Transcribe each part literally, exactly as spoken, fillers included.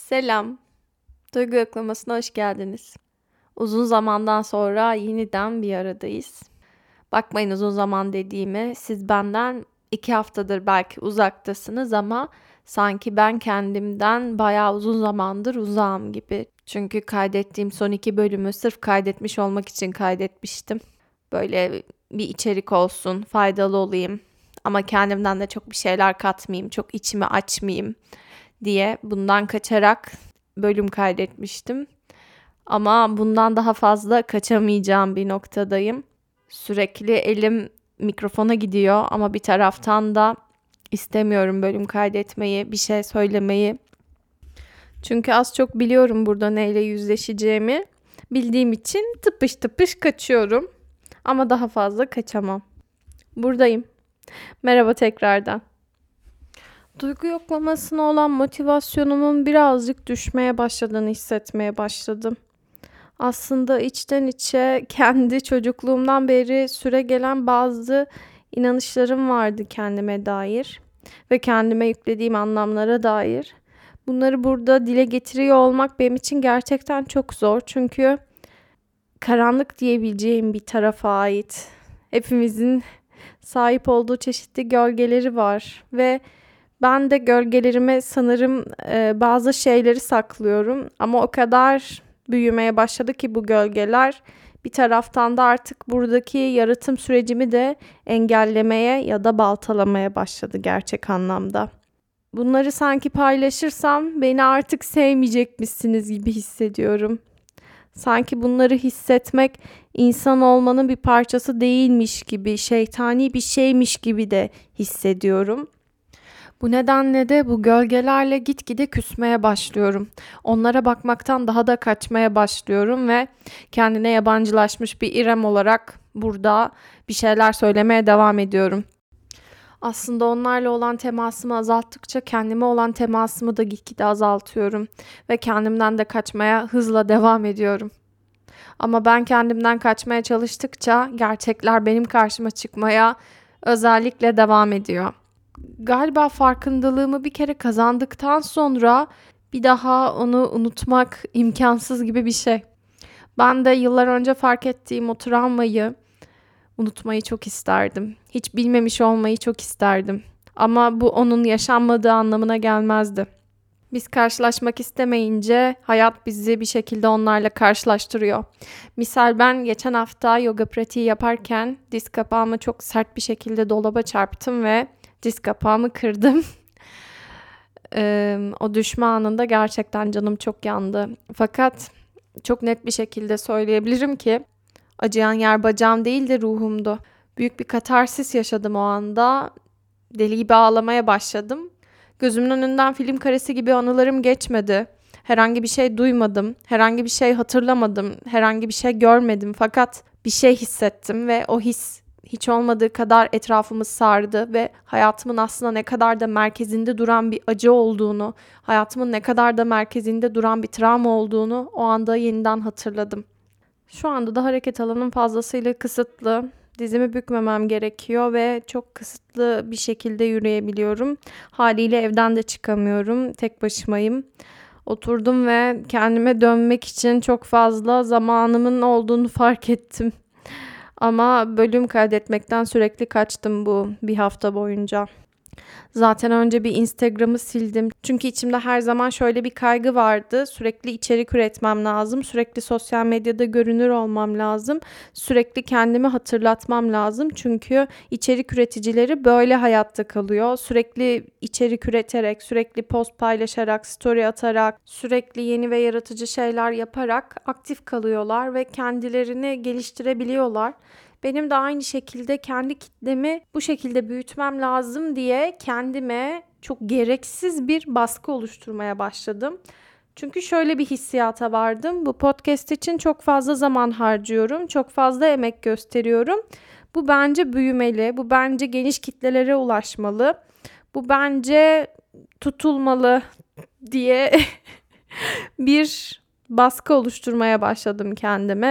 Selam, Duygu Yoklaması'na hoş geldiniz. Uzun zamandan sonra yeniden bir aradayız. Bakmayın uzun zaman dediğime, siz benden iki haftadır belki uzaktasınız ama sanki ben kendimden bayağı uzun zamandır uzağım gibi. Çünkü kaydettiğim son iki bölümü sırf kaydetmiş olmak için kaydetmiştim. Böyle bir içerik olsun, faydalı olayım ama kendimden de çok bir şeyler katmayayım, çok içimi açmayayım diye bundan kaçarak bölüm kaydetmiştim. Ama bundan daha fazla kaçamayacağım bir noktadayım. Sürekli elim mikrofona gidiyor ama bir taraftan da istemiyorum bölüm kaydetmeyi, bir şey söylemeyi. Çünkü az çok biliyorum burada neyle yüzleşeceğimi. Bildiğim için tıpış tıpış kaçıyorum. Ama daha fazla kaçamam. Buradayım. Merhaba tekrardan. Duygu yoklamasına olan motivasyonumun birazcık düşmeye başladığını hissetmeye başladım. Aslında içten içe kendi çocukluğumdan beri süregelen bazı inanışlarım vardı kendime dair ve kendime yüklediğim anlamlara dair. Bunları burada dile getiriyor olmak benim için gerçekten çok zor. Çünkü karanlık diyebileceğim bir tarafa ait. Hepimizin sahip olduğu çeşitli gölgeleri var ve ben de gölgelerime sanırım e, bazı şeyleri saklıyorum ama o kadar büyümeye başladı ki bu gölgeler bir taraftan da artık buradaki yaratım sürecimi de engellemeye ya da baltalamaya başladı gerçek anlamda. Bunları sanki paylaşırsam beni artık sevmeyecekmişsiniz gibi hissediyorum. Sanki bunları hissetmek insan olmanın bir parçası değilmiş gibi, şeytani bir şeymiş gibi de hissediyorum. Bu nedenle de bu gölgelerle gitgide küsmeye başlıyorum. Onlara bakmaktan daha da kaçmaya başlıyorum ve kendine yabancılaşmış bir İrem olarak burada bir şeyler söylemeye devam ediyorum. Aslında onlarla olan temasımı azalttıkça kendime olan temasımı da gitgide azaltıyorum ve kendimden de kaçmaya hızla devam ediyorum. Ama ben kendimden kaçmaya çalıştıkça gerçekler benim karşıma çıkmaya özellikle devam ediyor. Galiba farkındalığımı bir kere kazandıktan sonra bir daha onu unutmak imkansız gibi bir şey. Ben de yıllar önce fark ettiğim o travmayı unutmayı çok isterdim. Hiç bilmemiş olmayı çok isterdim. Ama bu onun yaşanmadığı anlamına gelmezdi. Biz karşılaşmak istemeyince hayat bizi bir şekilde onlarla karşılaştırıyor. Misal ben geçen hafta yoga pratiği yaparken diz kapağımı çok sert bir şekilde dolaba çarptım ve diz kapağımı kırdım. Ee, o düşme anında gerçekten canım çok yandı. Fakat çok net bir şekilde söyleyebilirim ki acıyan yer bacağım değil de ruhumdu. Büyük bir katarsis yaşadım o anda. Deli gibi ağlamaya başladım. Gözümün önünden film karesi gibi anılarım geçmedi. Herhangi bir şey duymadım, herhangi bir şey hatırlamadım, herhangi bir şey görmedim. Fakat bir şey hissettim ve o his hiç olmadığı kadar etrafımı sardı ve hayatımın aslında ne kadar da merkezinde duran bir acı olduğunu, hayatımın ne kadar da merkezinde duran bir travma olduğunu o anda yeniden hatırladım. Şu anda da hareket alanım fazlasıyla kısıtlı. Dizimi bükmemem gerekiyor ve çok kısıtlı bir şekilde yürüyebiliyorum. Haliyle evden de çıkamıyorum. Tek başımayım. Oturdum ve kendime dönmek için çok fazla zamanımın olduğunu fark ettim. Ama bölüm kaydetmekten sürekli kaçtım bu bir hafta boyunca. Zaten önce bir Instagram'ı sildim. Çünkü içimde her zaman şöyle bir kaygı vardı. Sürekli içerik üretmem lazım. Sürekli sosyal medyada görünür olmam lazım. Sürekli kendimi hatırlatmam lazım. Çünkü içerik üreticileri böyle hayatta kalıyor. Sürekli içerik üreterek, sürekli post paylaşarak, story atarak, sürekli yeni ve yaratıcı şeyler yaparak aktif kalıyorlar ve kendilerini geliştirebiliyorlar. Benim de aynı şekilde kendi kitlemi bu şekilde büyütmem lazım diye kendime çok gereksiz bir baskı oluşturmaya başladım. Çünkü şöyle bir hissiyata vardım. Bu podcast için çok fazla zaman harcıyorum, çok fazla emek gösteriyorum. Bu bence büyümeli, bu bence geniş kitlelere ulaşmalı, bu bence tutulmalı diye bir baskı oluşturmaya başladım kendime ve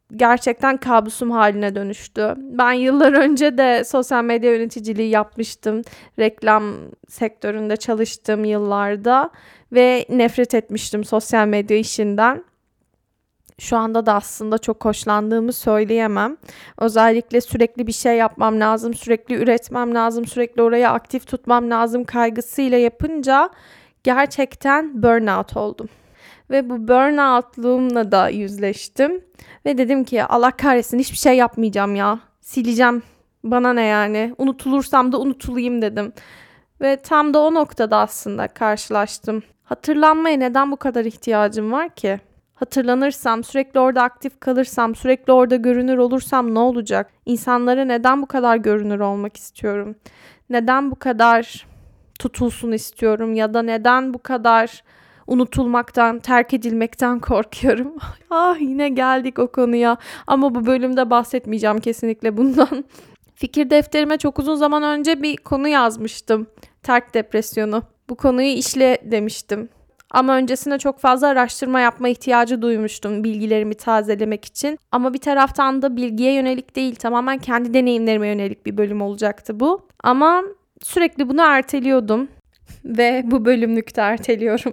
gerçekten kabusum haline dönüştü. Ben yıllar önce de sosyal medya yöneticiliği yapmıştım. Reklam sektöründe çalıştığım yıllarda ve nefret etmiştim sosyal medya işinden. Şu anda da aslında çok hoşlandığımı söyleyemem. Özellikle sürekli bir şey yapmam lazım, sürekli üretmem lazım, sürekli orayı aktif tutmam lazım kaygısıyla yapınca gerçekten burnout oldum. Ve bu burnout'luğumla da yüzleştim. Ve dedim ki Allah kahretsin hiçbir şey yapmayacağım ya. Sileceğim. Bana ne yani? Unutulursam da unutulayım dedim. Ve tam da o noktada aslında karşılaştım. Hatırlanmaya neden bu kadar ihtiyacım var ki? Hatırlanırsam, sürekli orada aktif kalırsam, sürekli orada görünür olursam ne olacak? İnsanlara neden bu kadar görünür olmak istiyorum? Neden bu kadar tutulsun istiyorum? Ya da neden bu kadar unutulmaktan, terk edilmekten korkuyorum? Ah yine geldik o konuya. Ama bu bölümde bahsetmeyeceğim kesinlikle bundan. Fikir defterime çok uzun zaman önce bir konu yazmıştım. Terk depresyonu. Bu konuyu işle demiştim. Ama öncesinde çok fazla araştırma yapma ihtiyacı duymuştum bilgilerimi tazelemek için. Ama bir taraftan da bilgiye yönelik değil, tamamen kendi deneyimlerime yönelik bir bölüm olacaktı bu. Ama sürekli bunu erteliyordum ve bu bölümlükte erteliyorum.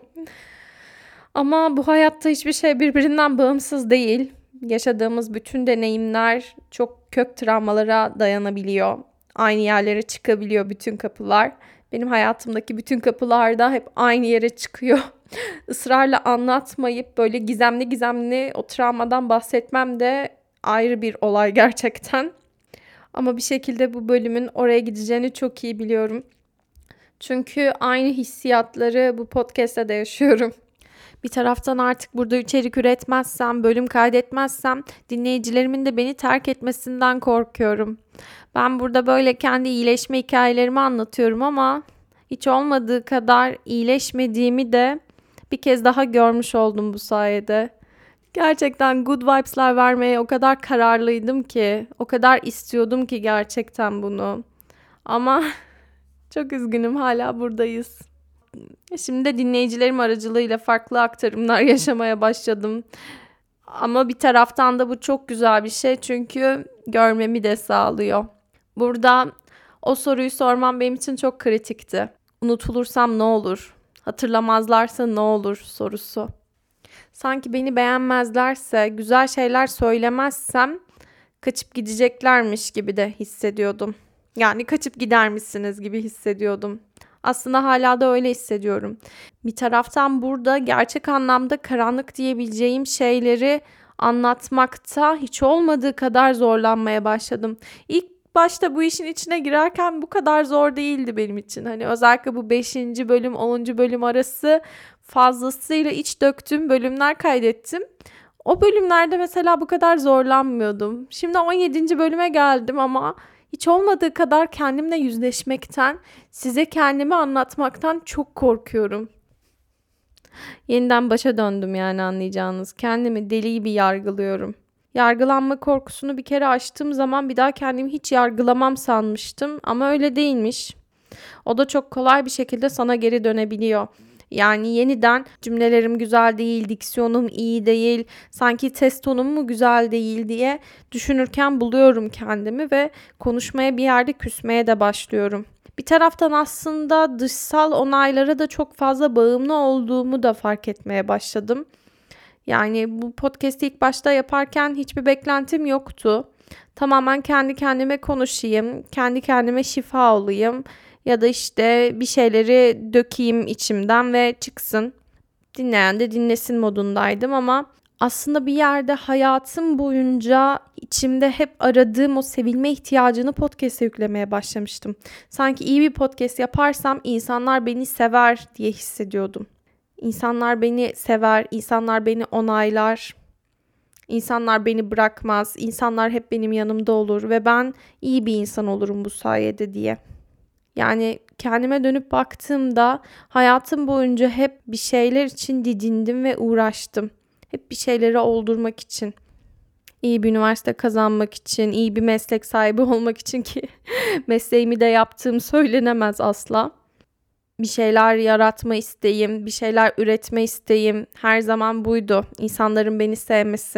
Ama bu hayatta hiçbir şey birbirinden bağımsız değil. Yaşadığımız bütün deneyimler çok kök travmalara dayanabiliyor. Aynı yerlere çıkabiliyor bütün kapılar. Benim hayatımdaki bütün kapılar da hep aynı yere çıkıyor. Israrla anlatmayıp böyle gizemli gizemli o travmadan bahsetmem de ayrı bir olay gerçekten. Ama bir şekilde bu bölümün oraya gideceğini çok iyi biliyorum. Çünkü aynı hissiyatları bu podcast'te de yaşıyorum. Bir taraftan artık burada içerik üretmezsem, bölüm kaydetmezsem dinleyicilerimin de beni terk etmesinden korkuyorum. Ben burada böyle kendi iyileşme hikayelerimi anlatıyorum ama hiç olmadığı kadar iyileşmediğimi de bir kez daha görmüş oldum bu sayede. Gerçekten good vibes'lar vermeye o kadar kararlıydım ki, o kadar istiyordum ki gerçekten bunu. Ama çok üzgünüm, hala buradayız. Şimdi de dinleyicilerim aracılığıyla farklı aktarımlar yaşamaya başladım. Ama bir taraftan da bu çok güzel bir şey çünkü görmemi de sağlıyor. Burada o soruyu sormam benim için çok kritikti. Unutulursam ne olur? Hatırlamazlarsa ne olur sorusu. Sanki beni beğenmezlerse, güzel şeyler söylemezsem kaçıp gideceklermiş gibi de hissediyordum. Yani kaçıp gidermişsiniz gibi hissediyordum. Aslında hala da öyle hissediyorum. Bir taraftan burada gerçek anlamda karanlık diyebileceğim şeyleri anlatmakta hiç olmadığı kadar zorlanmaya başladım. İlk başta bu işin içine girerken bu kadar zor değildi benim için. Hani özellikle bu beşinci bölüm, onuncu bölüm arası fazlasıyla iç döktüğüm bölümler kaydettim. O bölümlerde mesela bu kadar zorlanmıyordum. Şimdi on yedinci bölüme geldim ama hiç olmadığı kadar kendimle yüzleşmekten, size kendimi anlatmaktan çok korkuyorum. Yeniden başa döndüm yani anlayacağınız. Kendimi deli gibi yargılıyorum. Yargılanma korkusunu bir kere aştığım zaman bir daha kendimi hiç yargılamam sanmıştım ama öyle değilmiş. O da çok kolay bir şekilde sana geri dönebiliyor. Yani yeniden cümlelerim güzel değil, diksiyonum iyi değil, sanki ses tonum mu güzel değil diye düşünürken buluyorum kendimi ve konuşmaya bir yerde küsmeye de başlıyorum. Bir taraftan aslında dışsal onaylara da çok fazla bağımlı olduğumu da fark etmeye başladım. Yani bu podcast'i ilk başta yaparken hiçbir beklentim yoktu. Tamamen kendi kendime konuşayım, kendi kendime şifa olayım. Ya da işte bir şeyleri dökeyim içimden ve çıksın. Dinleyen de dinlesin modundaydım ama aslında bir yerde hayatım boyunca içimde hep aradığım o sevilme ihtiyacını podcast'e yüklemeye başlamıştım. Sanki iyi bir podcast yaparsam insanlar beni sever diye hissediyordum. İnsanlar beni sever, insanlar beni onaylar, insanlar beni bırakmaz, insanlar hep benim yanımda olur ve ben iyi bir insan olurum bu sayede diye. Yani kendime dönüp baktığımda hayatım boyunca hep bir şeyler için didindim ve uğraştım. Hep bir şeyleri oldurmak için. İyi bir üniversite kazanmak için, iyi bir meslek sahibi olmak için ki mesleğimi de yaptığım söylenemez asla. Bir şeyler yaratma isteğim, bir şeyler üretme isteğim her zaman buydu. İnsanların beni sevmesi.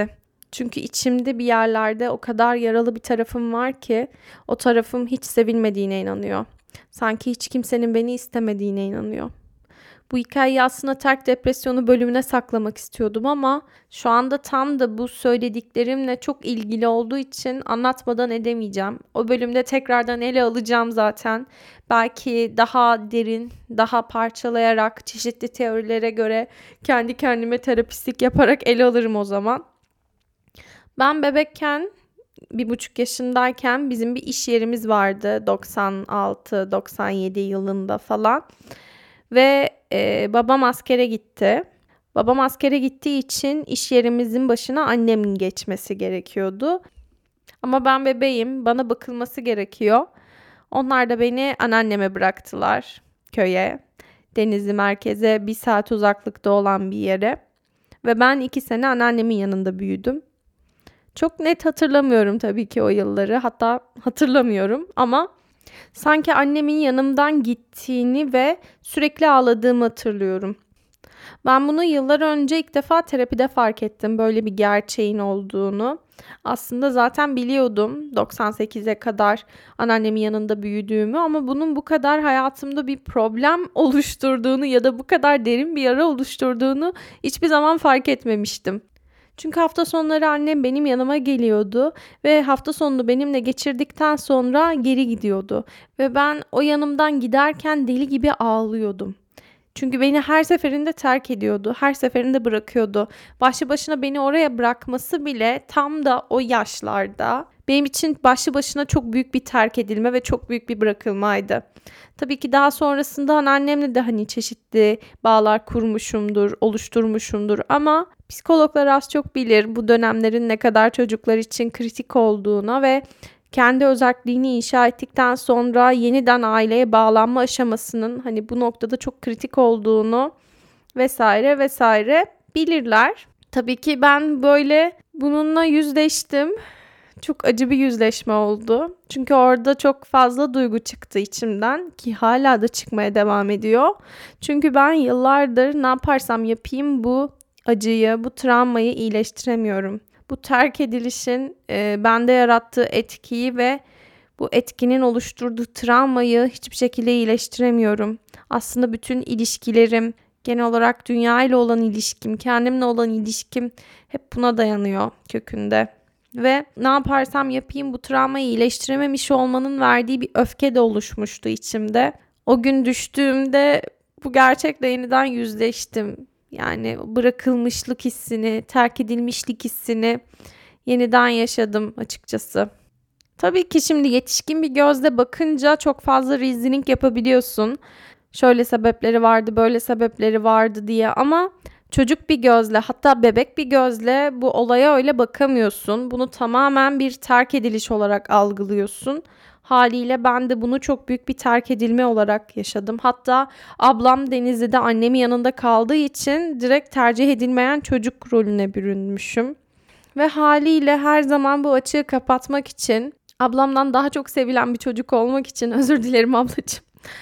Çünkü içimde bir yerlerde o kadar yaralı bir tarafım var ki o tarafım hiç sevilmediğine inanıyor. Sanki hiç kimsenin beni istemediğine inanıyor. Bu hikayeyi aslında terk depresyonu bölümüne saklamak istiyordum ama şu anda tam da bu söylediklerimle çok ilgili olduğu için anlatmadan edemeyeceğim. O bölümde tekrardan ele alacağım zaten. Belki daha derin, daha parçalayarak, çeşitli teorilere göre kendi kendime terapistlik yaparak ele alırım o zaman. Ben bebekken, bir buçuk yaşındayken bizim bir iş yerimiz vardı doksan altı doksan yedi yılında falan. Ve e, babam askere gitti. Babam askere gittiği için iş yerimizin başına annemin geçmesi gerekiyordu. Ama ben bebeğim, bana bakılması gerekiyor. Onlar da beni anneanneme bıraktılar köye. Denizli merkeze bir saat uzaklıkta olan bir yere. Ve ben iki sene anneannemin yanında büyüdüm. Çok net hatırlamıyorum tabii ki o yılları. Hatta hatırlamıyorum ama sanki annemin yanımdan gittiğini ve sürekli ağladığımı hatırlıyorum. Ben bunu yıllar önce ilk defa terapide fark ettim, böyle bir gerçeğin olduğunu. Aslında zaten biliyordum doksan sekize kadar anneannemin yanında büyüdüğümü ama bunun bu kadar hayatımda bir problem oluşturduğunu ya da bu kadar derin bir yara oluşturduğunu hiçbir zaman fark etmemiştim. Çünkü hafta sonları annem benim yanıma geliyordu ve hafta sonunu benimle geçirdikten sonra geri gidiyordu. Ve ben o yanımdan giderken deli gibi ağlıyordum. Çünkü beni her seferinde terk ediyordu, her seferinde bırakıyordu. Başlı başına beni oraya bırakması bile tam da o yaşlarda benim için başlı başına çok büyük bir terk edilme ve çok büyük bir bırakılmaydı. Tabii ki daha sonrasında anneannemle de hani çeşitli bağlar kurmuşumdur, oluşturmuşumdur ama psikologlar az çok bilir bu dönemlerin ne kadar çocuklar için kritik olduğuna ve kendi özelliğini inşa ettikten sonra yeniden aileye bağlanma aşamasının hani bu noktada çok kritik olduğunu vesaire vesaire bilirler. Tabii ki ben böyle bununla yüzleştim. Çok acı bir yüzleşme oldu. Çünkü orada çok fazla duygu çıktı içimden ki hala da çıkmaya devam ediyor. Çünkü ben yıllardır ne yaparsam yapayım bu acıyı, bu travmayı iyileştiremiyorum. Bu terk edilişin e, bende yarattığı etkiyi ve bu etkinin oluşturduğu travmayı hiçbir şekilde iyileştiremiyorum. Aslında bütün ilişkilerim, genel olarak dünya ile olan ilişkim, kendimle olan ilişkim hep buna dayanıyor kökünde. Ve ne yaparsam yapayım bu travmayı iyileştirememiş olmanın verdiği bir öfke de oluşmuştu içimde. O gün düştüğümde bu gerçekle yeniden yüzleştim. Yani bırakılmışlık hissini, terk edilmişlik hissini yeniden yaşadım açıkçası. Tabii ki şimdi yetişkin bir gözle bakınca çok fazla reasoning yapabiliyorsun. Şöyle sebepleri vardı, böyle sebepleri vardı diye ama çocuk bir gözle, hatta bebek bir gözle bu olaya öyle bakamıyorsun. Bunu tamamen bir terk ediliş olarak algılıyorsun. Haliyle ben de bunu çok büyük bir terk edilme olarak yaşadım. Hatta ablam Denizli'de annemin yanında kaldığı için direkt tercih edilmeyen çocuk rolüne bürünmüşüm. Ve haliyle her zaman bu açığı kapatmak için, ablamdan daha çok sevilen bir çocuk olmak için, özür dilerim ablacığım,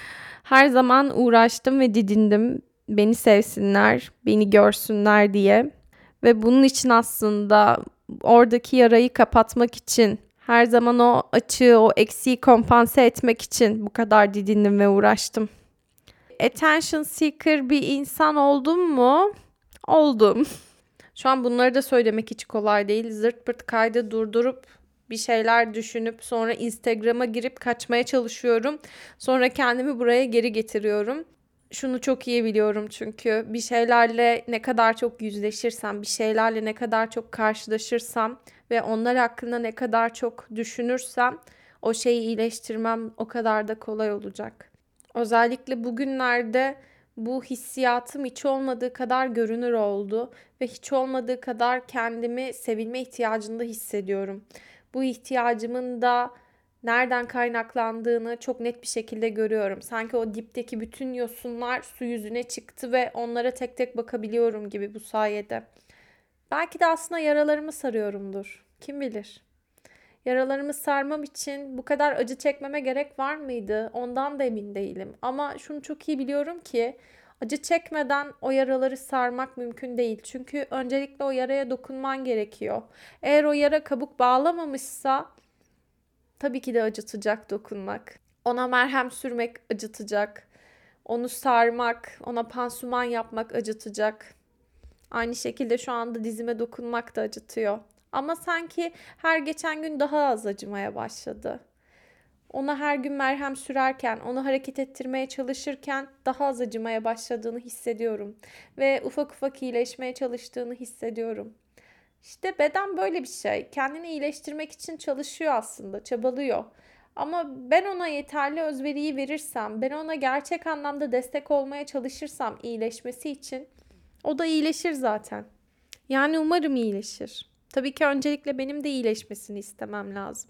her zaman uğraştım ve didindim. Beni sevsinler, beni görsünler diye. Ve bunun için aslında oradaki yarayı kapatmak için, her zaman o açığı, o eksiği kompanse etmek için bu kadar didindim ve uğraştım. Attention seeker bir insan oldum mu? Oldum. Şu an bunları da söylemek hiç kolay değil. Zırt pırt kaydı durdurup bir şeyler düşünüp sonra Instagram'a girip kaçmaya çalışıyorum. Sonra kendimi buraya geri getiriyorum. Şunu çok iyi biliyorum çünkü bir şeylerle ne kadar çok yüzleşirsem, bir şeylerle ne kadar çok karşılaşırsam ve onlar hakkında ne kadar çok düşünürsem o şeyi iyileştirmem o kadar da kolay olacak. Özellikle bugünlerde bu hissiyatım hiç olmadığı kadar görünür oldu ve hiç olmadığı kadar kendimi sevilme ihtiyacında hissediyorum. Bu ihtiyacımın da nereden kaynaklandığını çok net bir şekilde görüyorum. Sanki o dipteki bütün yosunlar su yüzüne çıktı ve onlara tek tek bakabiliyorum gibi bu sayede. Belki de aslında yaralarımı sarıyorumdur. Kim bilir? Yaralarımı sarmam için bu kadar acı çekmeme gerek var mıydı? Ondan da emin değilim. Ama şunu çok iyi biliyorum ki Acı çekmeden o yaraları sarmak mümkün değil. Çünkü öncelikle o yaraya dokunman gerekiyor. Eğer o yara kabuk bağlamamışsa tabii ki de acıtacak dokunmak. Ona merhem sürmek acıtacak. Onu sarmak, ona pansuman yapmak acıtacak. Aynı şekilde şu anda dizime dokunmak da acıtıyor. Ama sanki her geçen gün daha az acımaya başladı. Ona her gün merhem sürerken, onu hareket ettirmeye çalışırken daha az acımaya başladığını hissediyorum. Ve ufak ufak iyileşmeye çalıştığını hissediyorum. İşte beden böyle bir şey. Kendini iyileştirmek için çalışıyor aslında, çabalıyor. Ama ben ona yeterli özveriyi verirsem, ben ona gerçek anlamda destek olmaya çalışırsam iyileşmesi için, o da iyileşir zaten. Yani umarım iyileşir. Tabii ki öncelikle benim de iyileşmesini istemem lazım.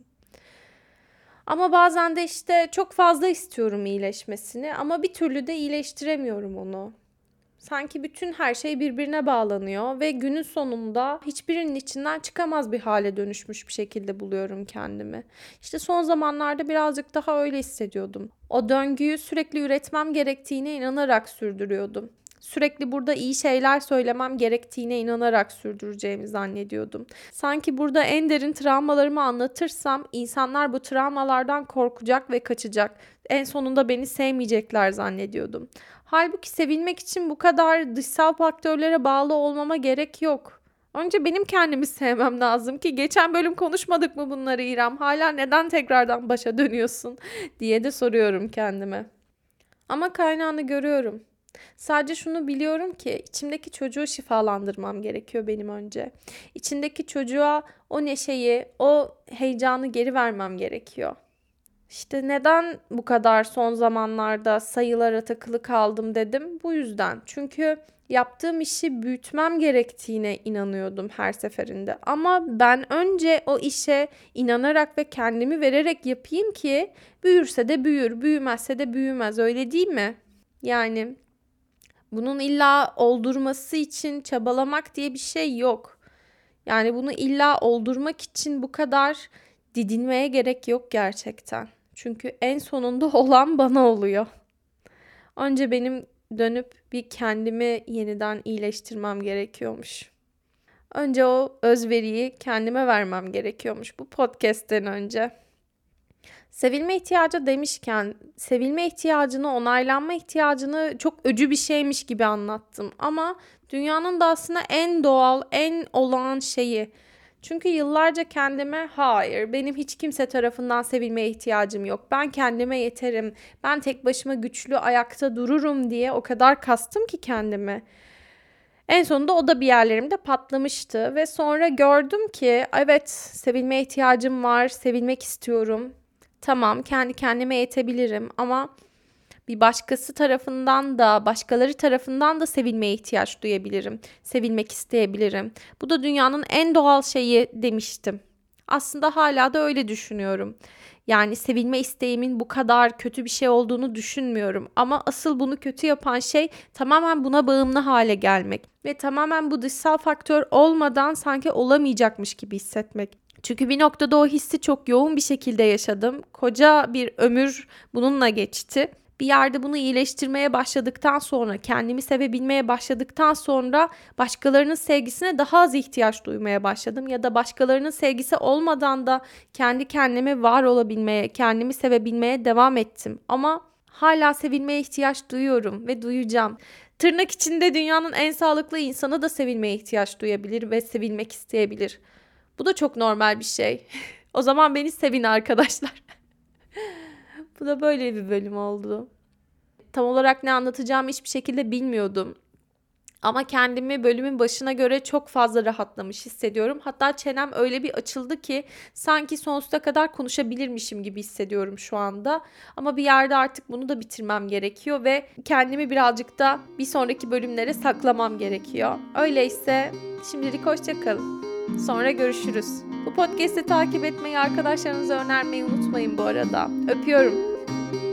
Ama bazen de işte çok fazla istiyorum iyileşmesini ama bir türlü de iyileştiremiyorum onu. Sanki bütün her şey birbirine bağlanıyor ve günün sonunda hiçbirinin içinden çıkamaz bir hale dönüşmüş bir şekilde buluyorum kendimi. İşte son zamanlarda birazcık daha öyle hissediyordum. O döngüyü sürekli üretmem gerektiğine inanarak sürdürüyordum. Sürekli burada iyi şeyler söylemem gerektiğine inanarak sürdüreceğimi zannediyordum. Sanki burada en derin travmalarımı anlatırsam insanlar bu travmalardan korkacak ve kaçacak. En sonunda beni sevmeyecekler zannediyordum. Halbuki sevilmek için bu kadar dışsal faktörlere bağlı olmama gerek yok. Önce benim kendimi sevmem lazım ki geçen bölüm konuşmadık mı bunları İrem? Hala neden tekrardan başa dönüyorsun diye de soruyorum kendime. Ama kaynağını görüyorum. Sadece şunu biliyorum ki içimdeki çocuğu şifalandırmam gerekiyor benim önce. İçindeki çocuğa o neşeyi, o heyecanı geri vermem gerekiyor. İşte neden bu kadar son zamanlarda sayılara takılı kaldım dedim. Bu yüzden. Çünkü yaptığım işi büyütmem gerektiğine inanıyordum her seferinde. Ama ben önce o işe inanarak ve kendimi vererek yapayım ki büyürse de büyür, büyümezse de büyümez. Öyle değil mi? Yani bunun illa oldurması için çabalamak diye bir şey yok. Yani bunu illa oldurmak için bu kadar didinmeye gerek yok gerçekten. Çünkü en sonunda olan bana oluyor. Önce benim dönüp bir kendimi yeniden iyileştirmem gerekiyormuş. Önce o özveriyi kendime vermem gerekiyormuş bu podcast'ten önce. Sevilme ihtiyacı demişken, sevilme ihtiyacını, onaylanma ihtiyacını çok öcü bir şeymiş gibi anlattım. Ama dünyanın da aslında en doğal, en olağan şeyi. Çünkü yıllarca kendime hayır, benim hiç kimse tarafından sevilmeye ihtiyacım yok. Ben kendime yeterim, ben tek başıma güçlü ayakta dururum diye o kadar kastım ki kendimi. En sonunda o da bir yerlerimde patlamıştı ve sonra gördüm ki evet sevilmeye ihtiyacım var, sevilmek istiyorum. Tamam, kendi kendime yetebilirim ama bir başkası tarafından da, başkaları tarafından da sevilmeye ihtiyaç duyabilirim. Sevilmek isteyebilirim. Bu da dünyanın en doğal şeyi demiştim. Aslında hala da öyle düşünüyorum. Yani sevilme isteğimin bu kadar kötü bir şey olduğunu düşünmüyorum. Ama asıl bunu kötü yapan şey tamamen buna bağımlı hale gelmek. Ve tamamen bu dışsal faktör olmadan sanki olamayacakmış gibi hissetmek. Çünkü bir noktada o hissi çok yoğun bir şekilde yaşadım. Koca bir ömür bununla geçti. Bir yerde bunu iyileştirmeye başladıktan sonra, kendimi sevebilmeye başladıktan sonra başkalarının sevgisine daha az ihtiyaç duymaya başladım. Ya da başkalarının sevgisi olmadan da kendi kendime var olabilmeye, kendimi sevebilmeye devam ettim. Ama hala sevilmeye ihtiyaç duyuyorum ve duyacağım. Tırnak içinde dünyanın en sağlıklı insanı da sevilmeye ihtiyaç duyabilir ve sevilmek isteyebilir. Bu da çok normal bir şey. O zaman beni sevin arkadaşlar. Bu da böyle bir bölüm oldu. Tam olarak ne anlatacağımı hiçbir şekilde bilmiyordum. Ama kendimi bölümün başına göre çok fazla rahatlamış hissediyorum. Hatta çenem öyle bir açıldı ki sanki sonsuza kadar konuşabilirmişim gibi hissediyorum şu anda. Ama bir yerde artık bunu da bitirmem gerekiyor ve kendimi birazcık da bir sonraki bölümlere saklamam gerekiyor. Öyleyse şimdilik hoşça kalın. Sonra görüşürüz. Bu podcast'i takip etmeyi, arkadaşlarınıza önermeyi unutmayın bu arada. Öpüyorum.